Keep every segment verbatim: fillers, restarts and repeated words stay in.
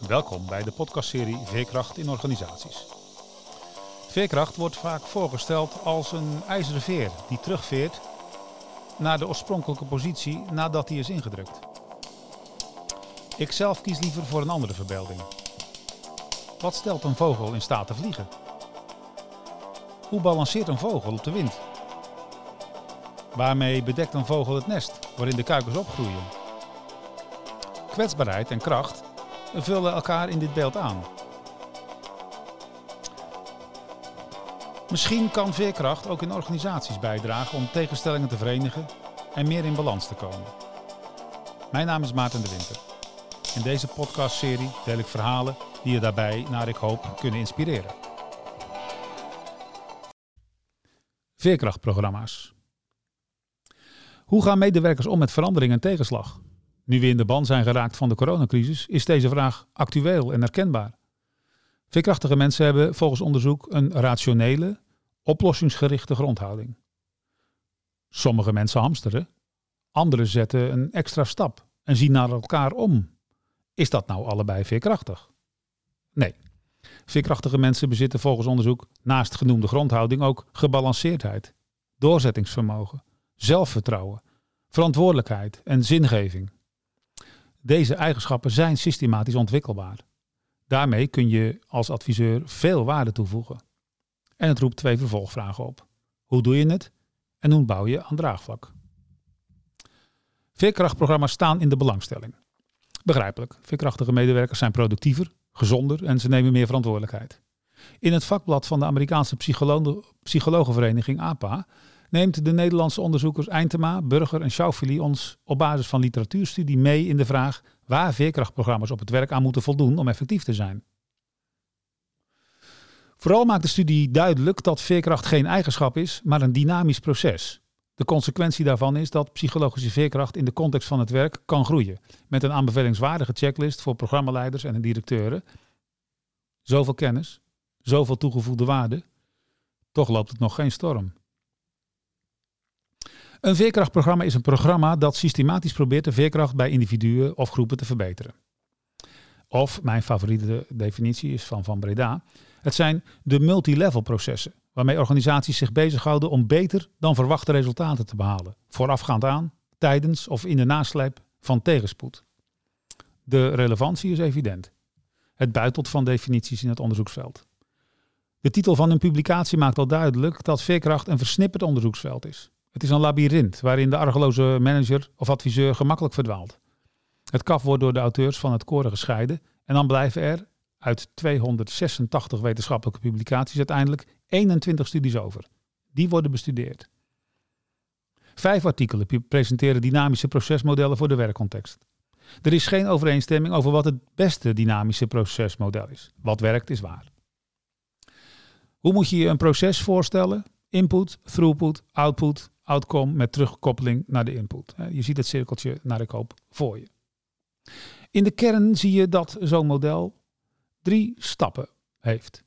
Welkom bij de podcastserie Veerkracht in organisaties. Veerkracht wordt vaak voorgesteld als een ijzeren veer die terugveert naar de oorspronkelijke positie nadat die is ingedrukt. Ik zelf kies liever voor een andere verbeelding. Wat stelt een vogel in staat te vliegen? Hoe balanceert een vogel op de wind? Waarmee bedekt een vogel het nest waarin de kuikens opgroeien? Kwetsbaarheid en kracht vullen elkaar in dit beeld aan. Misschien kan veerkracht ook in organisaties bijdragen om tegenstellingen te verenigen en meer in balans te komen. Mijn naam is Maarten de Winter. In deze podcastserie deel ik verhalen die je daarbij, naar ik hoop, kunnen inspireren. Veerkrachtprogramma's. Hoe gaan medewerkers om met verandering en tegenslag? Nu we in de ban zijn geraakt van de coronacrisis, is deze vraag actueel en herkenbaar. Veerkrachtige mensen hebben volgens onderzoek een rationele, oplossingsgerichte grondhouding. Sommige mensen hamsteren, anderen zetten een extra stap en zien naar elkaar om. Is dat nou allebei veerkrachtig? Nee. Veerkrachtige mensen bezitten volgens onderzoek naast genoemde grondhouding ook gebalanceerdheid, doorzettingsvermogen, zelfvertrouwen, verantwoordelijkheid en zingeving. Deze eigenschappen zijn systematisch ontwikkelbaar. Daarmee kun je als adviseur veel waarde toevoegen. En het roept twee vervolgvragen op. Hoe doe je het en hoe bouw je aan draagvlak? Veerkrachtprogramma's staan in de belangstelling. Begrijpelijk, veerkrachtige medewerkers zijn productiever, gezonder en ze nemen meer verantwoordelijkheid. In het vakblad van de Amerikaanse psycholo- psychologenvereniging A P A neemt de Nederlandse onderzoekers Eintema, Burger en Schauffele ons op basis van literatuurstudie mee in de vraag waar veerkrachtprogramma's op het werk aan moeten voldoen om effectief te zijn. Vooral maakt de studie duidelijk dat veerkracht geen eigenschap is, maar een dynamisch proces. De consequentie daarvan is dat psychologische veerkracht in de context van het werk kan groeien, met een aanbevelingswaardige checklist voor programmaleiders en directeuren. Zoveel kennis, zoveel toegevoegde waarde, toch loopt het nog geen storm. Een veerkrachtprogramma is een programma dat systematisch probeert de veerkracht bij individuen of groepen te verbeteren. Of, mijn favoriete definitie is van Van Breda, het zijn de multilevel processen, waarmee organisaties zich bezighouden om beter dan verwachte resultaten te behalen, voorafgaand aan, tijdens of in de nasleep van tegenspoed. De relevantie is evident. Het buitelt van definities in het onderzoeksveld. De titel van een publicatie maakt al duidelijk dat veerkracht een versnipperd onderzoeksveld is. Het is een labyrint waarin de argeloze manager of adviseur gemakkelijk verdwaalt. Het kaf wordt door de auteurs van het koren gescheiden en dan blijven er uit tweehonderdzesentachtig wetenschappelijke publicaties uiteindelijk eenentwintig studies over. Die worden bestudeerd. Vijf artikelen presenteren dynamische procesmodellen voor de werkcontext. Er is geen overeenstemming over wat het beste dynamische procesmodel is. Wat werkt is waar. Hoe moet je je een proces voorstellen? Input, throughput, output, outcome met terugkoppeling naar de input. Je ziet het cirkeltje, naar ik hoop, voor je. In de kern zie je dat zo'n model drie stappen heeft.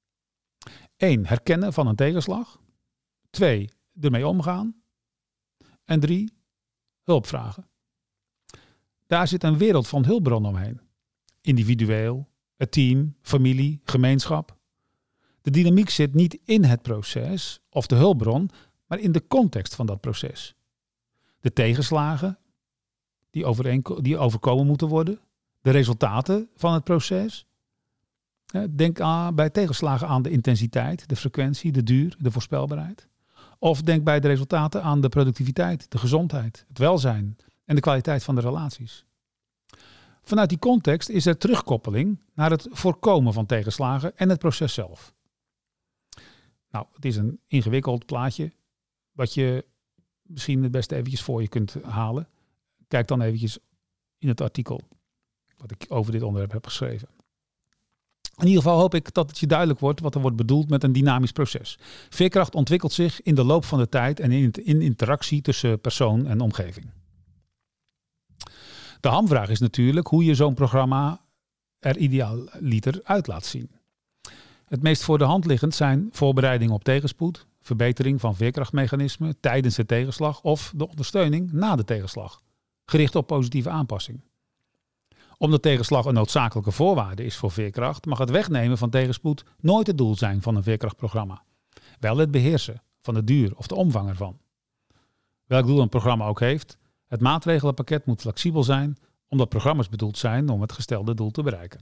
Eén, herkennen van een tegenslag. Twee, ermee omgaan. En drie, hulp vragen. Daar zit een wereld van hulpbronnen omheen. Individueel, het team, familie, gemeenschap. De dynamiek zit niet in het proces of de hulpbron, maar in de context van dat proces. De tegenslagen die, overeenko- die overkomen moeten worden, de resultaten van het proces. Denk aan, bij tegenslagen aan de intensiteit, de frequentie, de duur, de voorspelbaarheid. Of denk bij de resultaten aan de productiviteit, de gezondheid, het welzijn en de kwaliteit van de relaties. Vanuit die context is er terugkoppeling naar het voorkomen van tegenslagen en het proces zelf. Nou, het is een ingewikkeld plaatje wat je misschien het beste eventjes voor je kunt halen. Kijk dan eventjes in het artikel wat ik over dit onderwerp heb geschreven. In ieder geval hoop ik dat het je duidelijk wordt wat er wordt bedoeld met een dynamisch proces. Veerkracht ontwikkelt zich in de loop van de tijd en in, in interactie tussen persoon en omgeving. De hamvraag is natuurlijk hoe je zo'n programma er idealiter uit laat zien. Het meest voor de hand liggend zijn voorbereidingen op tegenspoed, verbetering van veerkrachtmechanismen tijdens de tegenslag of de ondersteuning na de tegenslag, gericht op positieve aanpassing. Omdat tegenslag een noodzakelijke voorwaarde is voor veerkracht, mag het wegnemen van tegenspoed nooit het doel zijn van een veerkrachtprogramma. Wel het beheersen van de duur of de omvang ervan. Welk doel een programma ook heeft, het maatregelenpakket moet flexibel zijn, omdat programma's bedoeld zijn om het gestelde doel te bereiken.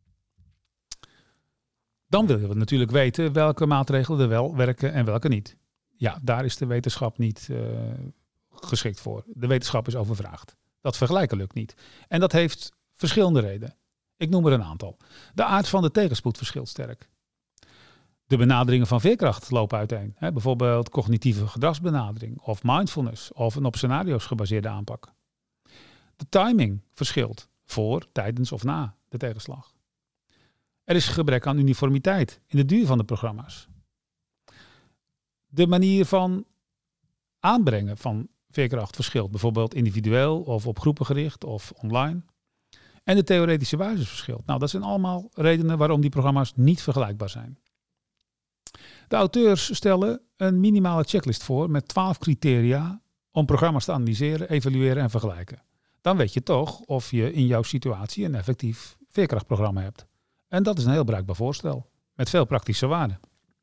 Dan willen we natuurlijk weten welke maatregelen er wel werken en welke niet. Ja, daar is de wetenschap niet uh, geschikt voor. De wetenschap is overvraagd. Dat vergelijken lukt niet. En dat heeft verschillende redenen. Ik noem er een aantal. De aard van de tegenspoed verschilt sterk. De benaderingen van veerkracht lopen uiteen. Hè, bijvoorbeeld cognitieve gedragsbenadering of mindfulness of een op scenario's gebaseerde aanpak. De timing verschilt voor, tijdens of na de tegenslag. Er is gebrek aan uniformiteit in de duur van de programma's. De manier van aanbrengen van veerkracht verschilt. Bijvoorbeeld individueel of op groepen gericht of online. En de theoretische basis verschilt. Nou, dat zijn allemaal redenen waarom die programma's niet vergelijkbaar zijn. De auteurs stellen een minimale checklist voor met twaalf criteria om programma's te analyseren, evalueren en vergelijken. Dan weet je toch of je in jouw situatie een effectief veerkrachtprogramma hebt. En dat is een heel bruikbaar voorstel, met veel praktische waarde.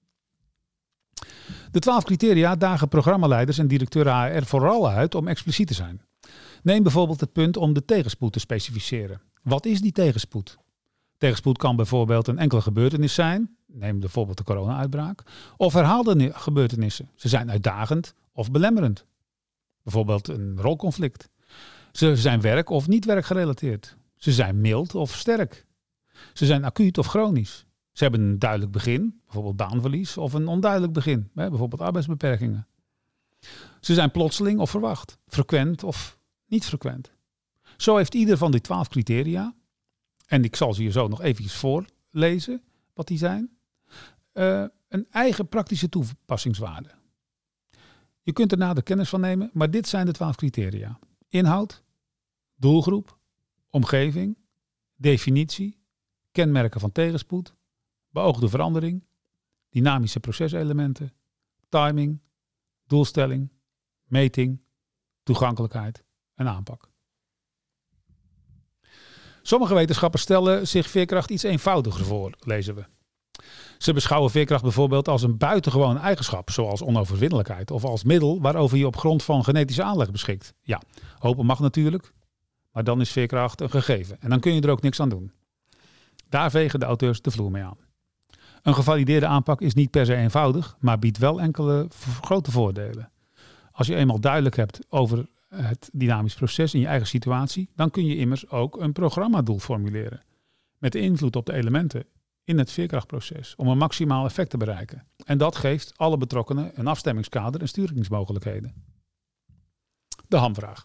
De twaalf criteria dagen programmaleiders en directeur H R vooral uit om expliciet te zijn. Neem bijvoorbeeld het punt om de tegenspoed te specificeren. Wat is die tegenspoed? Tegenspoed kan bijvoorbeeld een enkele gebeurtenis zijn, neem bijvoorbeeld de corona-uitbraak, of herhaalde gebeurtenissen. Ze zijn uitdagend of belemmerend. Bijvoorbeeld een rolconflict. Ze zijn werk- of niet werkgerelateerd. Ze zijn mild of sterk. Ze zijn acuut of chronisch. Ze hebben een duidelijk begin, bijvoorbeeld baanverlies, of een onduidelijk begin, bijvoorbeeld arbeidsbeperkingen. Ze zijn plotseling of verwacht, frequent of niet frequent. Zo heeft ieder van die twaalf criteria, en ik zal ze hier zo nog eventjes voorlezen wat die zijn, uh, een eigen praktische toepassingswaarde. Je kunt er nader kennis van nemen, maar dit zijn de twaalf criteria. Inhoud, doelgroep, omgeving, definitie, kenmerken van tegenspoed, beoogde verandering, dynamische proceselementen, timing, doelstelling, meting, toegankelijkheid en aanpak. Sommige wetenschappers stellen zich veerkracht iets eenvoudiger voor, lezen we. Ze beschouwen veerkracht bijvoorbeeld als een buitengewone eigenschap, zoals onoverwinnelijkheid, of als middel waarover je op grond van genetische aanleg beschikt. Ja, hopen mag natuurlijk, maar dan is veerkracht een gegeven en dan kun je er ook niks aan doen. Daar vegen de auteurs de vloer mee aan. Een gevalideerde aanpak is niet per se eenvoudig, maar biedt wel enkele grote voordelen. Als je eenmaal duidelijk hebt over het dynamisch proces in je eigen situatie, dan kun je immers ook een programmadoel formuleren. Met de invloed op de elementen in het veerkrachtproces om een maximaal effect te bereiken. En dat geeft alle betrokkenen een afstemmingskader en sturingsmogelijkheden. De hamvraag.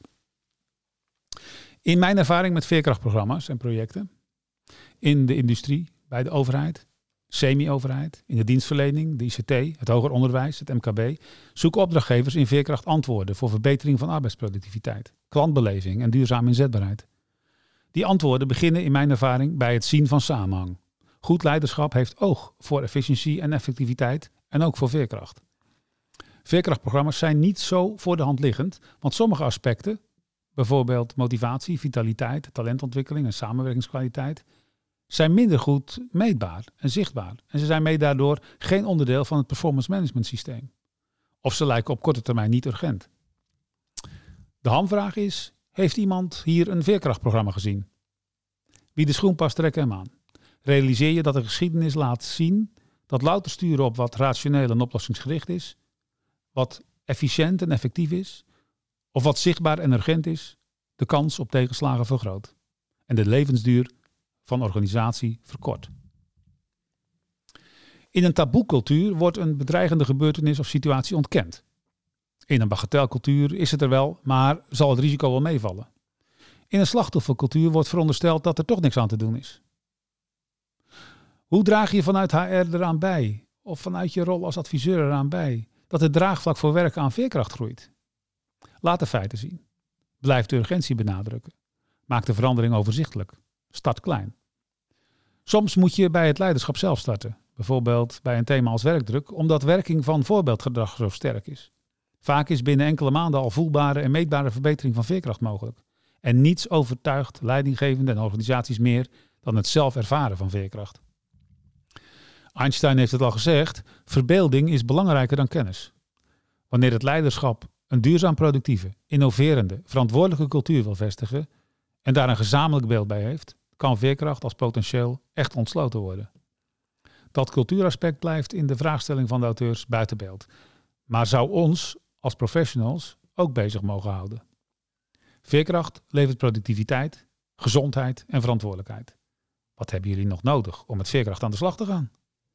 In mijn ervaring met veerkrachtprogramma's en projecten, in de industrie, bij de overheid, semi-overheid, in de dienstverlening, de I C T, het hoger onderwijs, het M K B, zoeken opdrachtgevers in veerkracht antwoorden voor verbetering van arbeidsproductiviteit, klantbeleving en duurzame inzetbaarheid. Die antwoorden beginnen in mijn ervaring bij het zien van samenhang. Goed leiderschap heeft oog voor efficiëntie en effectiviteit en ook voor veerkracht. Veerkrachtprogramma's zijn niet zo voor de hand liggend, want sommige aspecten, bijvoorbeeld motivatie, vitaliteit, talentontwikkeling en samenwerkingskwaliteit, zijn minder goed meetbaar en zichtbaar. En ze zijn mee daardoor geen onderdeel van het performance management systeem. Of ze lijken op korte termijn niet urgent. De hamvraag is, heeft iemand hier een veerkrachtprogramma gezien? Wie de schoen past, trek hem aan. Realiseer je dat de geschiedenis laat zien dat louter sturen op wat rationeel en oplossingsgericht is, wat efficiënt en effectief is, of wat zichtbaar en urgent is, de kans op tegenslagen vergroot. En de levensduur van organisatie verkort. In een taboecultuur wordt een bedreigende gebeurtenis of situatie ontkend. In een bagatelcultuur is het er wel, maar zal het risico wel meevallen. In een slachtoffercultuur wordt verondersteld dat er toch niks aan te doen is. Hoe draag je vanuit H R eraan bij, of vanuit je rol als adviseur eraan bij, dat het draagvlak voor werk aan veerkracht groeit? Laat de feiten zien. Blijf de urgentie benadrukken. Maak de verandering overzichtelijk. Start klein. Soms moet je bij het leiderschap zelf starten. Bijvoorbeeld bij een thema als werkdruk, omdat werking van voorbeeldgedrag zo sterk is. Vaak is binnen enkele maanden al voelbare en meetbare verbetering van veerkracht mogelijk. En niets overtuigt leidinggevenden en organisaties meer dan het zelf ervaren van veerkracht. Einstein heeft het al gezegd, verbeelding is belangrijker dan kennis. Wanneer het leiderschap een duurzaam productieve, innoverende, verantwoordelijke cultuur wil vestigen en daar een gezamenlijk beeld bij heeft, kan veerkracht als potentieel echt ontsloten worden. Dat cultuuraspect blijft in de vraagstelling van de auteurs buiten beeld, maar zou ons als professionals ook bezig mogen houden. Veerkracht levert productiviteit, gezondheid en verantwoordelijkheid. Wat hebben jullie nog nodig om met veerkracht aan de slag te gaan?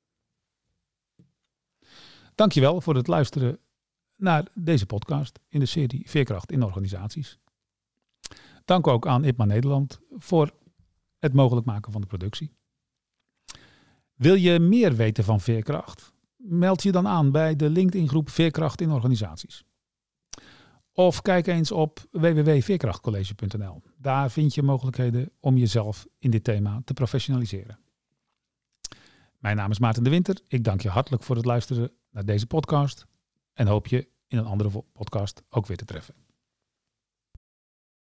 Dankjewel voor het luisteren naar deze podcast in de serie Veerkracht in organisaties. Dank ook aan I P M A Nederland voor het mogelijk maken van de productie. Wil je meer weten van veerkracht? Meld je dan aan bij de LinkedIn groep Veerkracht in organisaties. Of kijk eens op w w w punt veerkrachtcollege punt n l. Daar vind je mogelijkheden om jezelf in dit thema te professionaliseren. Mijn naam is Maarten de Winter. Ik dank je hartelijk voor het luisteren naar deze podcast en hoop je in een andere podcast ook weer te treffen.